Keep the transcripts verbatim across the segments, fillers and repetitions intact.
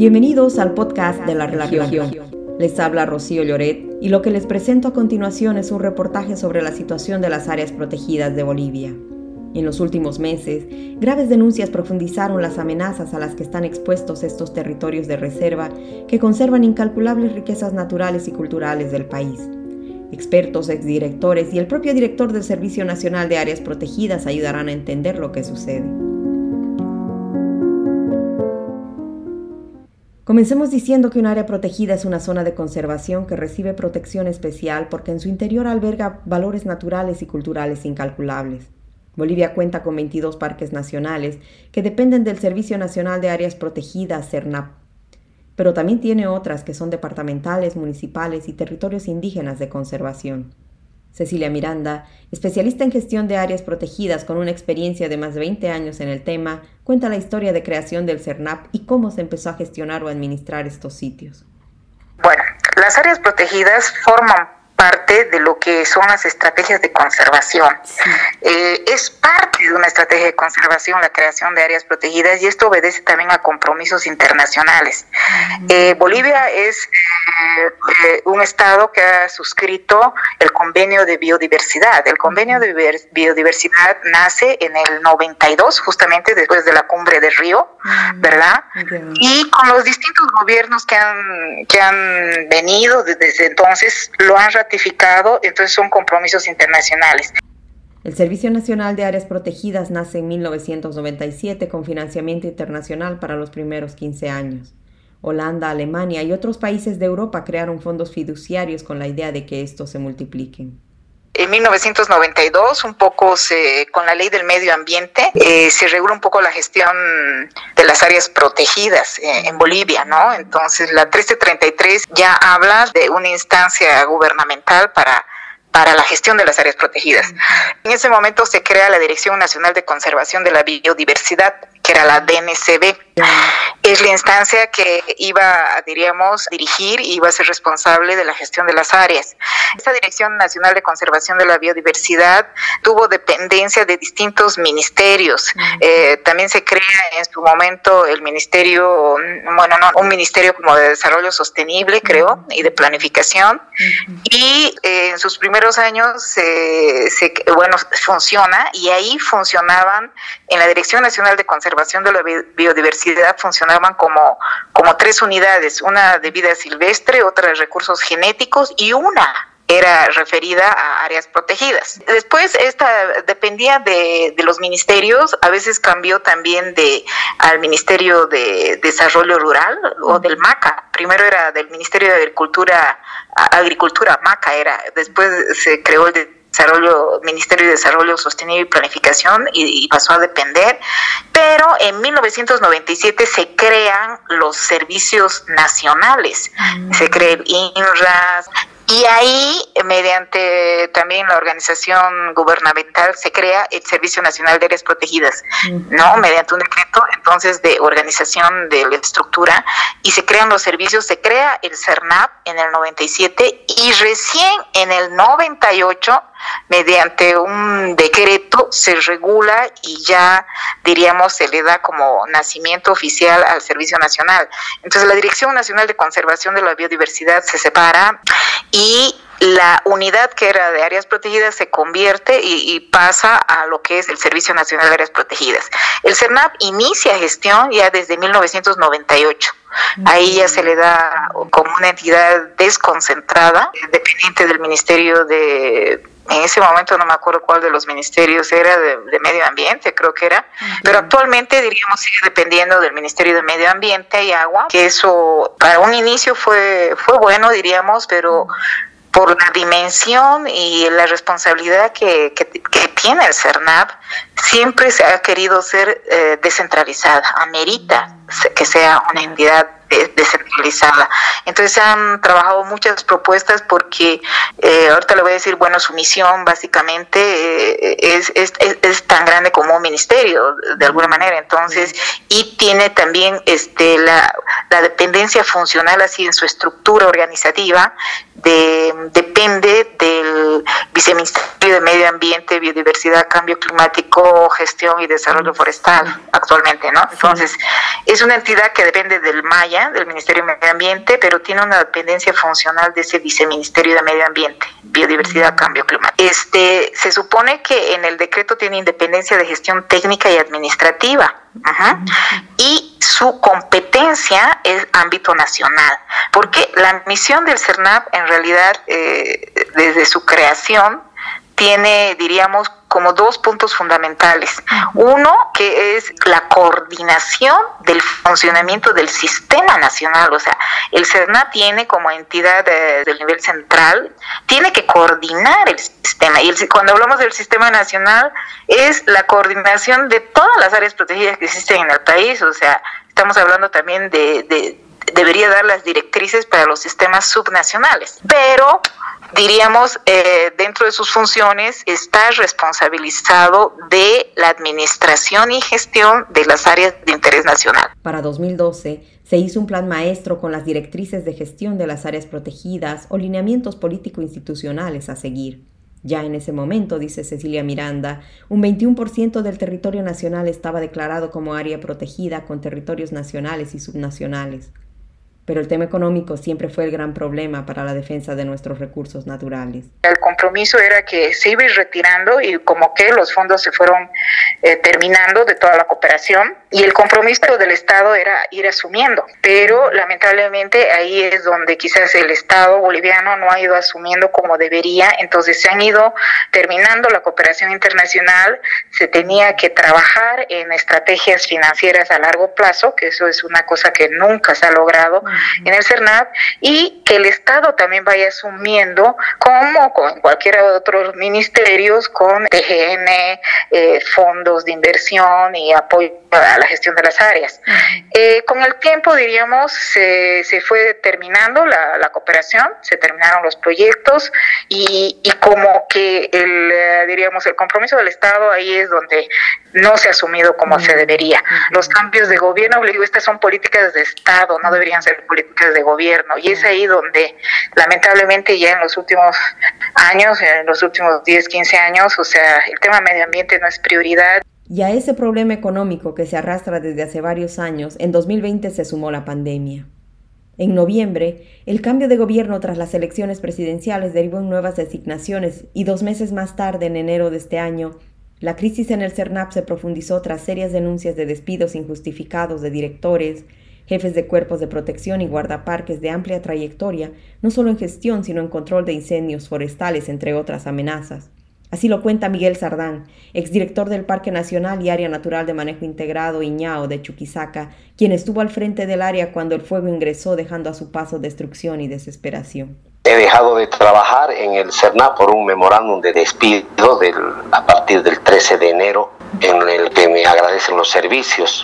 Bienvenidos al podcast de la región. Les habla Rocío Lloret y lo que les presento a continuación es un reportaje sobre la situación de las áreas protegidas de Bolivia. En los últimos meses, graves denuncias profundizaron las amenazas a las que están expuestos estos territorios de reserva que conservan incalculables riquezas naturales y culturales del país. Expertos, exdirectores y el propio director del Servicio Nacional de Áreas Protegidas ayudarán a entender lo que sucede. Comencemos diciendo que un área protegida es una zona de conservación que recibe protección especial porque en su interior alberga valores naturales y culturales incalculables. Bolivia cuenta con veintidós parques nacionales que dependen del Servicio Nacional de Áreas Protegidas, SERNAP, pero también tiene otras que son departamentales, municipales y territorios indígenas de conservación. Cecilia Miranda, especialista en gestión de áreas protegidas con una experiencia de más de veinte años en el tema, cuenta la historia de creación del SERNAP y cómo se empezó a gestionar o administrar estos sitios. Bueno, las áreas protegidas forman parte de lo que son las estrategias de conservación. Sí. Eh, es parte de una estrategia de conservación la creación de áreas protegidas y esto obedece también a compromisos internacionales. Uh-huh. Eh, Bolivia es eh, eh, un estado que ha suscrito el convenio de biodiversidad. El convenio de biodiversidad nace en el noventa y dos, justamente después de la cumbre de Río, uh-huh. ¿verdad? Uh-huh. Y con los distintos gobiernos que han, que han venido desde entonces lo han ratificado. Entonces son compromisos internacionales. El Servicio Nacional de Áreas Protegidas nace en mil novecientos noventa y siete con financiamiento internacional para los primeros quince años. Holanda, Alemania y otros países de Europa crearon fondos fiduciarios con la idea de que estos se multipliquen. En mil novecientos noventa y dos, un poco se, con la ley del medio ambiente, eh, se regula un poco la gestión de las áreas protegidas eh, en Bolivia, ¿no? Entonces, la trece treinta y tres ya habla de una instancia gubernamental para, para la gestión de las áreas protegidas. En ese momento se crea la Dirección Nacional de Conservación de la Biodiversidad, que era la D N C B. Es la instancia que iba, diríamos, dirigir y iba a ser responsable de la gestión de las áreas. Esta Dirección Nacional de Conservación de la Biodiversidad tuvo dependencia de distintos ministerios. Uh-huh. Eh, también se crea en su momento el ministerio, bueno, no, un ministerio como de desarrollo sostenible, creo, uh-huh. y de planificación. Uh-huh. Y eh, en sus primeros años, eh, se, bueno, funciona y ahí funcionaban, en la Dirección Nacional de Conservación de la Biodiversidad funcionaban como, como tres unidades, una de vida silvestre, otra de recursos genéticos y una era referida a áreas protegidas. Después esta dependía de, de los ministerios, a veces cambió también de al Ministerio de Desarrollo Rural o del MACA. Primero era del Ministerio de Agricultura, Agricultura, MACA era, después se creó el de Desarrollo, Ministerio de Desarrollo Sostenible y Planificación y, y pasó a depender, pero en mil novecientos noventa y siete se crean los servicios nacionales, mm. se crea el I N R A S y ahí mediante también la organización gubernamental se crea el Servicio Nacional de Áreas Protegidas, mm. ¿no? Mediante un decreto entonces de organización de la estructura y se crean los servicios, se crea el SERNAP en el noventa y siete y recién en el noventa y ocho mediante un decreto se regula y ya diríamos se le da como nacimiento oficial al Servicio Nacional. Entonces la Dirección Nacional de Conservación de la Biodiversidad se separa y la unidad que era de áreas protegidas se convierte y, y pasa a lo que es el Servicio Nacional de Áreas Protegidas. El SERNAP inicia gestión ya desde mil novecientos noventa y ocho. Ahí ya se le da como una entidad desconcentrada, dependiente del Ministerio de, en ese momento no me acuerdo cuál de los ministerios era, de, de Medio Ambiente creo que era, uh-huh. pero actualmente diríamos sigue dependiendo del Ministerio de Medio Ambiente y Agua, que eso para un inicio fue, fue bueno diríamos, pero por la dimensión y la responsabilidad que, que, que tiene el SERNAP, siempre se ha querido ser eh, descentralizada, amerita que sea una entidad descentralizada. Entonces han trabajado muchas propuestas porque eh, ahorita le voy a decir, bueno, su misión básicamente eh, es, es, es, es tan grande como un ministerio, de alguna manera, entonces, y tiene también este la, la dependencia funcional así en su estructura organizativa, de, depende del Viceministerio de Medio Ambiente, Biodiversidad, Cambio Climático, Gestión y Desarrollo Forestal actualmente, ¿no? Entonces, es Es una entidad que depende del MAYA, del Ministerio de Medio Ambiente, pero tiene una dependencia funcional de ese Viceministerio de Medio Ambiente, Biodiversidad, Cambio Climático. Este, se supone que en el decreto tiene independencia de gestión técnica y administrativa. Ajá. Y su competencia es ámbito nacional, porque la misión del CERNAP en realidad eh, desde su creación tiene, diríamos, como dos puntos fundamentales. Uno, que es la coordinación del funcionamiento del sistema nacional. O sea, el CERNAP tiene como entidad de, del nivel central, tiene que coordinar el sistema. Y el, cuando hablamos del sistema nacional, es la coordinación de todas las áreas protegidas que existen en el país. O sea, estamos hablando también de, de debería dar las directrices para los sistemas subnacionales. Pero diríamos, eh, dentro de sus funciones está responsabilizado de la administración y gestión de las áreas de interés nacional. Para dos mil doce se hizo un plan maestro con las directrices de gestión de las áreas protegidas o lineamientos político-institucionales a seguir. Ya en ese momento, dice Cecilia Miranda, un veintiuno por ciento del territorio nacional estaba declarado como área protegida con territorios nacionales y subnacionales. Pero el tema económico siempre fue el gran problema para la defensa de nuestros recursos naturales. El compromiso era que se iba a ir retirando y como que los fondos se fueron eh, terminando de toda la cooperación y el compromiso del Estado era ir asumiendo. Pero lamentablemente ahí es donde quizás el Estado boliviano no ha ido asumiendo como debería, entonces se han ido terminando la cooperación internacional, se tenía que trabajar en estrategias financieras a largo plazo, que eso es una cosa que nunca se ha logrado en el CERNAP, y que el Estado también vaya asumiendo, como con cualquier otros ministerios, con T G N, eh, fondos de inversión y apoyo a la gestión de las áreas. Uh-huh. Eh, con el tiempo, diríamos, se, se fue terminando la, la cooperación, se terminaron los proyectos y, y como que el, eh, diríamos, el compromiso del Estado ahí es donde no se ha asumido como uh-huh. se debería. Uh-huh. Los cambios de gobierno, le digo, estas son políticas de Estado, no deberían ser políticas de gobierno, y es ahí donde lamentablemente ya en los últimos años, en los últimos diez, quince años, o sea, el tema medio ambiente no es prioridad. Y a ese problema económico que se arrastra desde hace varios años, en dos mil veinte se sumó la pandemia. En noviembre, el cambio de gobierno tras las elecciones presidenciales derivó en nuevas designaciones y dos meses más tarde, en enero de este año, la crisis en el CERNAP se profundizó tras serias denuncias de despidos injustificados de directores, jefes de cuerpos de protección y guardaparques de amplia trayectoria, no solo en gestión, sino en control de incendios forestales, entre otras amenazas. Así lo cuenta Miguel Sardán, exdirector del Parque Nacional y Área Natural de Manejo Integrado Iñao de Chuquisaca, quien estuvo al frente del área cuando el fuego ingresó, dejando a su paso destrucción y desesperación. He dejado de trabajar en el CERNAP por un memorándum de despido del, a partir del trece de enero, en el que me agradecen los servicios.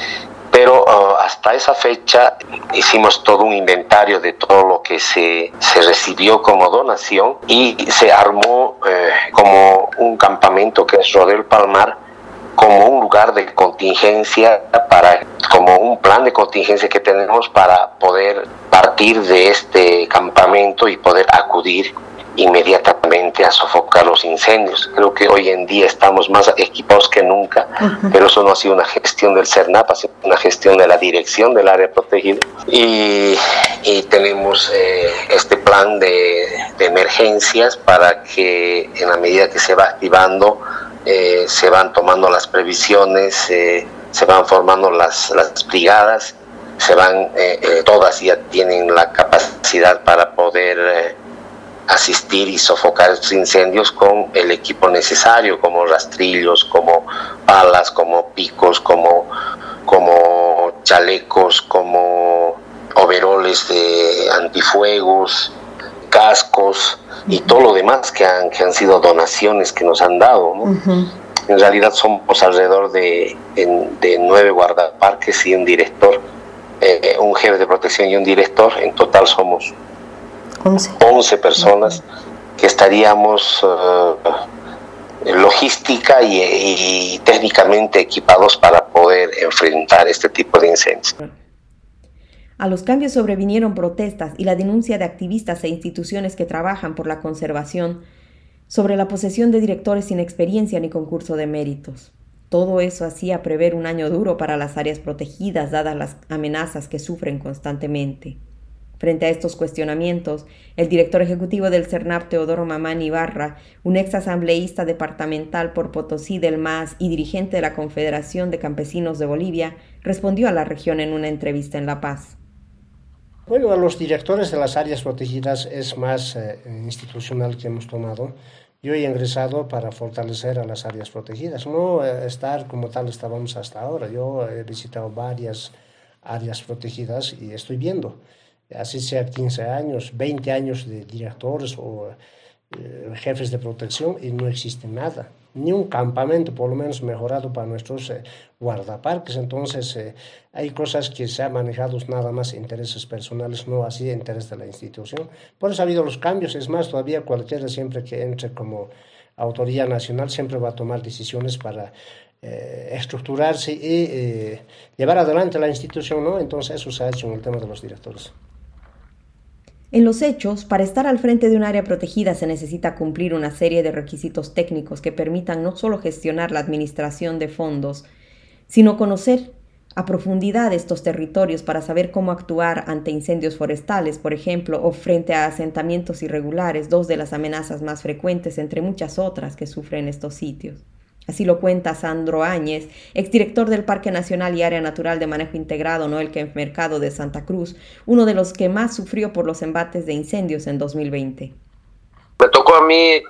Pero uh, hasta esa fecha hicimos todo un inventario de todo lo que se, se recibió como donación y se armó eh, como un campamento que es Rodeo El Palmar, como un lugar de contingencia, para, como un plan de contingencia que tenemos para poder partir de este campamento y poder acudir inmediatamente a sofocar los incendios. Creo que hoy en día estamos más equipados que nunca, uh-huh. pero eso no ha sido una gestión del CERNAP, ha sido una gestión de la dirección del área protegida y, y tenemos eh, este plan de, de emergencias para que en la medida que se va activando eh, se van tomando las previsiones, eh, se van formando las, las brigadas, se van, eh, eh, todas ya tienen la capacidad para poder eh, asistir y sofocar estos incendios con el equipo necesario, como rastrillos, como palas, como picos, como, como chalecos, como overoles de antifuegos, cascos y todo lo demás que han, que han sido donaciones que nos han dado, ¿no? Uh-huh. En realidad somos alrededor de, de, de nueve guardaparques y un director, eh, un jefe de protección y un director. En total somos once personas que estaríamos uh, logística y, y técnicamente equipados para poder enfrentar este tipo de incendios. A los cambios sobrevinieron protestas y la denuncia de activistas e instituciones que trabajan por la conservación sobre la posesión de directores sin experiencia ni concurso de méritos. Todo eso hacía prever un año duro para las áreas protegidas, dadas las amenazas que sufren constantemente. Frente a estos cuestionamientos, el director ejecutivo del CERNAP, Teodoro Mamani Ibarra, un ex asambleísta departamental por Potosí del M A S y dirigente de la Confederación de Campesinos de Bolivia, respondió a la región en una entrevista en La Paz. Bueno, a los directores de las áreas protegidas es más eh, institucional que hemos tomado. Yo he ingresado para fortalecer a las áreas protegidas, no eh, estar como tal estábamos hasta ahora. Yo he visitado varias áreas protegidas y estoy viendo, así sea quince años, veinte años de directores o eh, jefes de protección y no existe nada. Ni un campamento, por lo menos, mejorado para nuestros eh, guardaparques. Entonces, eh, hay cosas que se han manejado nada más intereses personales, no así interés de la institución. Por eso ha habido los cambios. Es más, todavía cualquiera siempre que entre como autoridad nacional siempre va a tomar decisiones para eh, estructurarse y eh, llevar adelante la institución, ¿no? Entonces, eso se ha hecho en el tema de los directores. En los hechos, para estar al frente de un área protegida se necesita cumplir una serie de requisitos técnicos que permitan no solo gestionar la administración de fondos, sino conocer a profundidad estos territorios para saber cómo actuar ante incendios forestales, por ejemplo, o frente a asentamientos irregulares, dos de las amenazas más frecuentes entre muchas otras que sufren estos sitios. Así lo cuenta Sandro Áñez, exdirector del Parque Nacional y Área Natural de Manejo Integrado Noel Kempff Mercado de Santa Cruz, uno de los que más sufrió por los embates de incendios en dos mil veinte. Me tocó a mí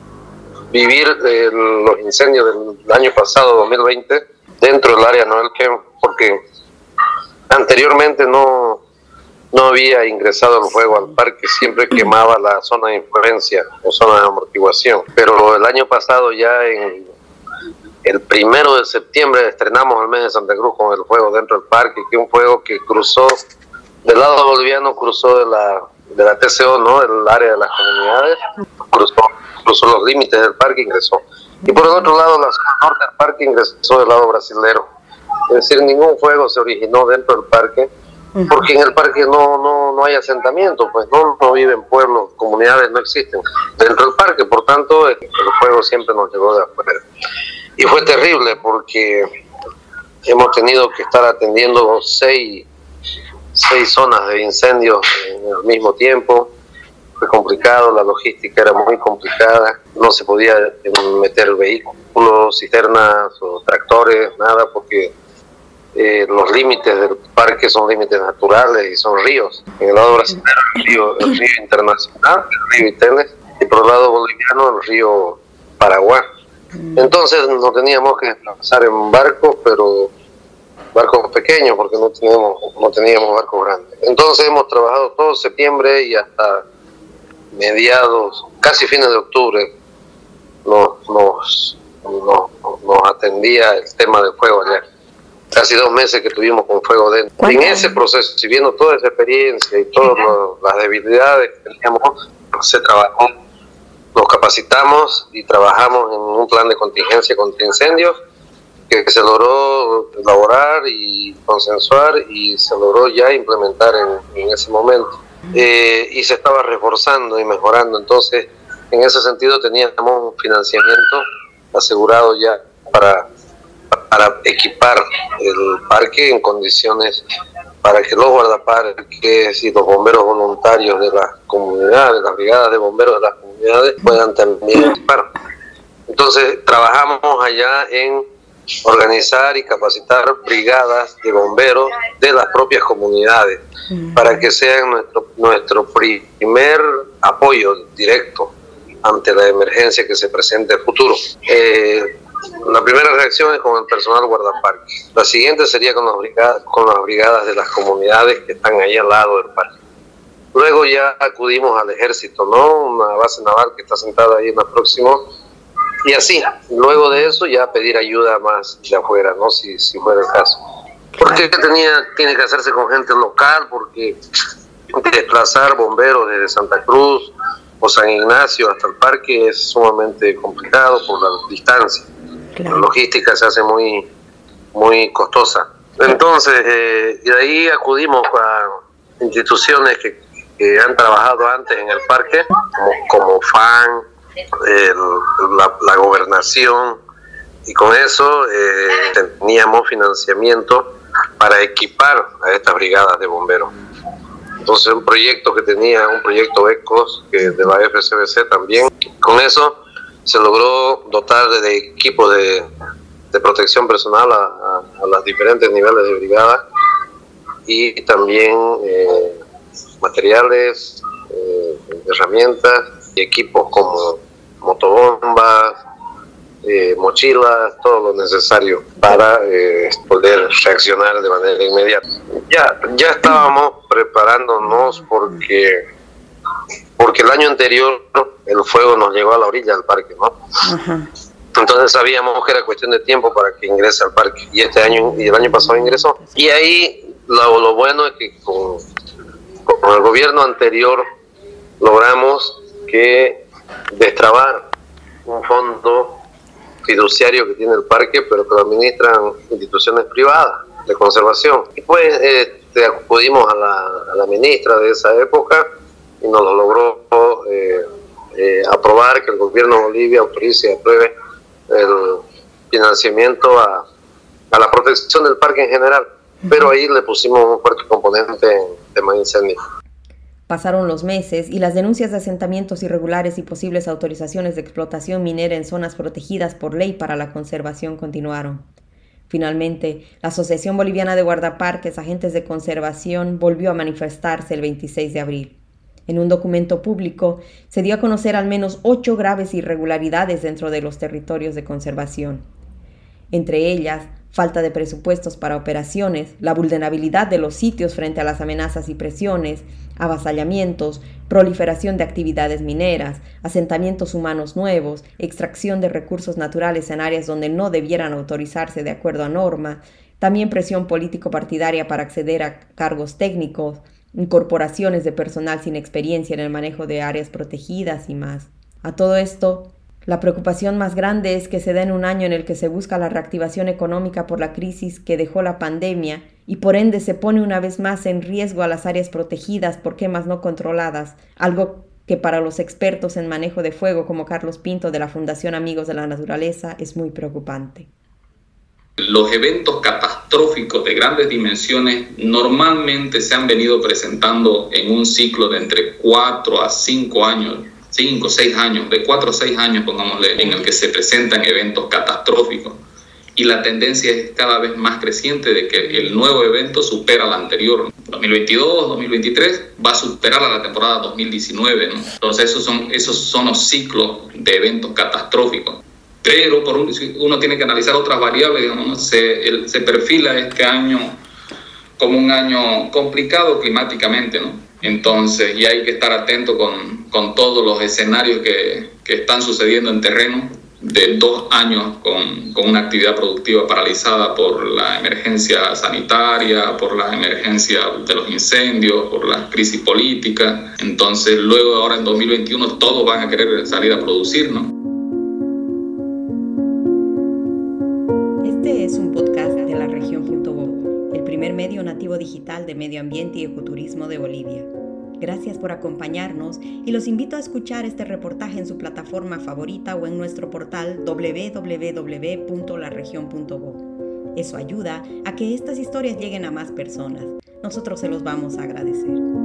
vivir eh, los incendios del año pasado, dos mil veinte, dentro del área Noel Kempff, porque anteriormente no, no había ingresado el fuego al parque, siempre quemaba la zona de influencia o zona de amortiguación. Pero el año pasado ya en el primero de septiembre estrenamos el mes de Santa Cruz con el fuego dentro del parque, que es un fuego que cruzó del lado boliviano, cruzó de la, de la T C O, ¿no? Del área de las comunidades, cruzó, cruzó los límites del parque, ingresó. Y por el otro lado, la zona norte del parque ingresó del lado brasilero. Es decir, ningún fuego se originó dentro del parque, porque en el parque no, no, no hay asentamiento, pues no, no viven pueblos, comunidades no existen dentro del parque, por tanto el, el fuego siempre nos llegó de afuera. Y fue terrible porque hemos tenido que estar atendiendo seis, seis zonas de incendios al mismo tiempo. Fue complicado, la logística era muy complicada, no se podía meter vehículos, cisternas o tractores, nada, porque eh, los límites del parque son límites naturales y son ríos. En el lado brasileño el río, el río internacional, el río Itenes, y por el lado boliviano el río Paraguay. Entonces no teníamos que desplazar en barcos, pero barcos pequeños, porque no teníamos, no teníamos barcos grandes. Entonces hemos trabajado todo septiembre y hasta mediados, casi fines de octubre, nos, nos, nos, nos atendía el tema del fuego allá. Casi dos meses que tuvimos con fuego dentro. En ese proceso, si viendo toda esa experiencia y todas las debilidades que teníamos, se trabajó. Nos capacitamos y trabajamos en un plan de contingencia contra incendios que se logró elaborar y consensuar y se logró ya implementar en, en ese momento. Eh, y se estaba reforzando y mejorando. Entonces, en ese sentido teníamos un financiamiento asegurado ya para, para equipar el parque en condiciones para que los guardaparques y los bomberos voluntarios de las comunidades, las brigadas de bomberos de las comunidades puedan también equipar. Entonces trabajamos allá en organizar y capacitar brigadas de bomberos de las propias comunidades para que sean nuestro, nuestro primer apoyo directo ante la emergencia que se presente en el futuro. Eh, La primera reacción es con el personal guardaparque. La siguiente sería con las, brigadas, con las brigadas de las comunidades que están ahí al lado del parque. Luego ya acudimos al ejército, ¿no? Una base naval que está sentada ahí en la próxima. Y así, luego de eso ya pedir ayuda más de afuera, ¿no? Si, si fuera el caso. Porque tenía, tiene que hacerse con gente local, porque desplazar bomberos desde Santa Cruz o San Ignacio hasta el parque es sumamente complicado por la distancia. Claro. La logística se hace muy, muy costosa. Entonces, eh, y de ahí acudimos a instituciones que, que han trabajado antes en el parque, como, como F A N, el, la, la gobernación, y con eso eh, teníamos financiamiento para equipar a estas brigadas de bomberos. Entonces un proyecto que tenía, un proyecto ECOS que de la F C B C también, con eso se logró dotar de, de equipo de, de protección personal a, a, a los diferentes niveles de brigada y también eh, materiales, eh, herramientas y equipos como motobombas, eh, mochilas, todo lo necesario para eh, poder reaccionar de manera inmediata. Ya, ya estábamos preparándonos porque, porque el año anterior el fuego nos llegó a la orilla del parque, ¿no? Uh-huh. Entonces sabíamos que era cuestión de tiempo para que ingrese al parque y este año y el año pasado ingresó. Y ahí lo, lo bueno es que con, con el gobierno anterior logramos que destrabar un fondo fiduciario que tiene el parque, pero que lo administran instituciones privadas de conservación. Y pues este, acudimos a la, a la ministra de esa época y nos lo logró eh, eh, aprobar que el gobierno de Bolivia autorice y apruebe el financiamiento a, a la protección del parque en general, pero ahí le pusimos un fuerte componente de tema de incendio. Pasaron los meses y las denuncias de asentamientos irregulares y posibles autorizaciones de explotación minera en zonas protegidas por ley para la conservación continuaron. Finalmente, la Asociación Boliviana de Guardaparques, Agentes de Conservación, volvió a manifestarse el veintiséis de abril. En un documento público se dio a conocer al menos ocho graves irregularidades dentro de los territorios de conservación. Entre ellas, falta de presupuestos para operaciones, la vulnerabilidad de los sitios frente a las amenazas y presiones, avasallamientos, proliferación de actividades mineras, asentamientos humanos nuevos, extracción de recursos naturales en áreas donde no debieran autorizarse de acuerdo a norma, también presión político-partidaria para acceder a cargos técnicos, incorporaciones de personal sin experiencia en el manejo de áreas protegidas y más. A todo esto, la preocupación más grande es que se da en un año en el que se busca la reactivación económica por la crisis que dejó la pandemia y por ende se pone una vez más en riesgo a las áreas protegidas por quemas no controladas, algo que para los expertos en manejo de fuego como Carlos Pinto de la Fundación Amigos de la Naturaleza es muy preocupante. Los eventos catastróficos de grandes dimensiones normalmente se han venido presentando en un ciclo de entre cuatro a cinco años, cinco o seis años, de cuatro a seis años, pongámosle, en el que se presentan eventos catastróficos. Y la tendencia es cada vez más creciente de que el nuevo evento supera al anterior. dos mil veintidós, dos mil veintitrés va a superar a la temporada dos mil diecinueve, ¿no? Entonces esos son, esos son los ciclos de eventos catastróficos. Pero por un, uno tiene que analizar otras variables, digamos, ¿no? se, el, se perfila este año como un año complicado climáticamente, ¿no? Entonces, y hay que estar atento con, con todos los escenarios que, que están sucediendo en terreno, de dos años con, con una actividad productiva paralizada por la emergencia sanitaria, por la emergencia de los incendios, por la crisis política. Entonces, luego ahora en dos mil veintiuno todos van a querer salir a producir, ¿no? Este es un podcast de la región punto bo, el primer medio nativo digital de medio ambiente y ecoturismo de Bolivia. Gracias por acompañarnos y los invito a escuchar este reportaje en su plataforma favorita o en nuestro portal doble u doble u doble u punto la región punto bo. Eso ayuda a que estas historias lleguen a más personas. Nosotros se los vamos a agradecer.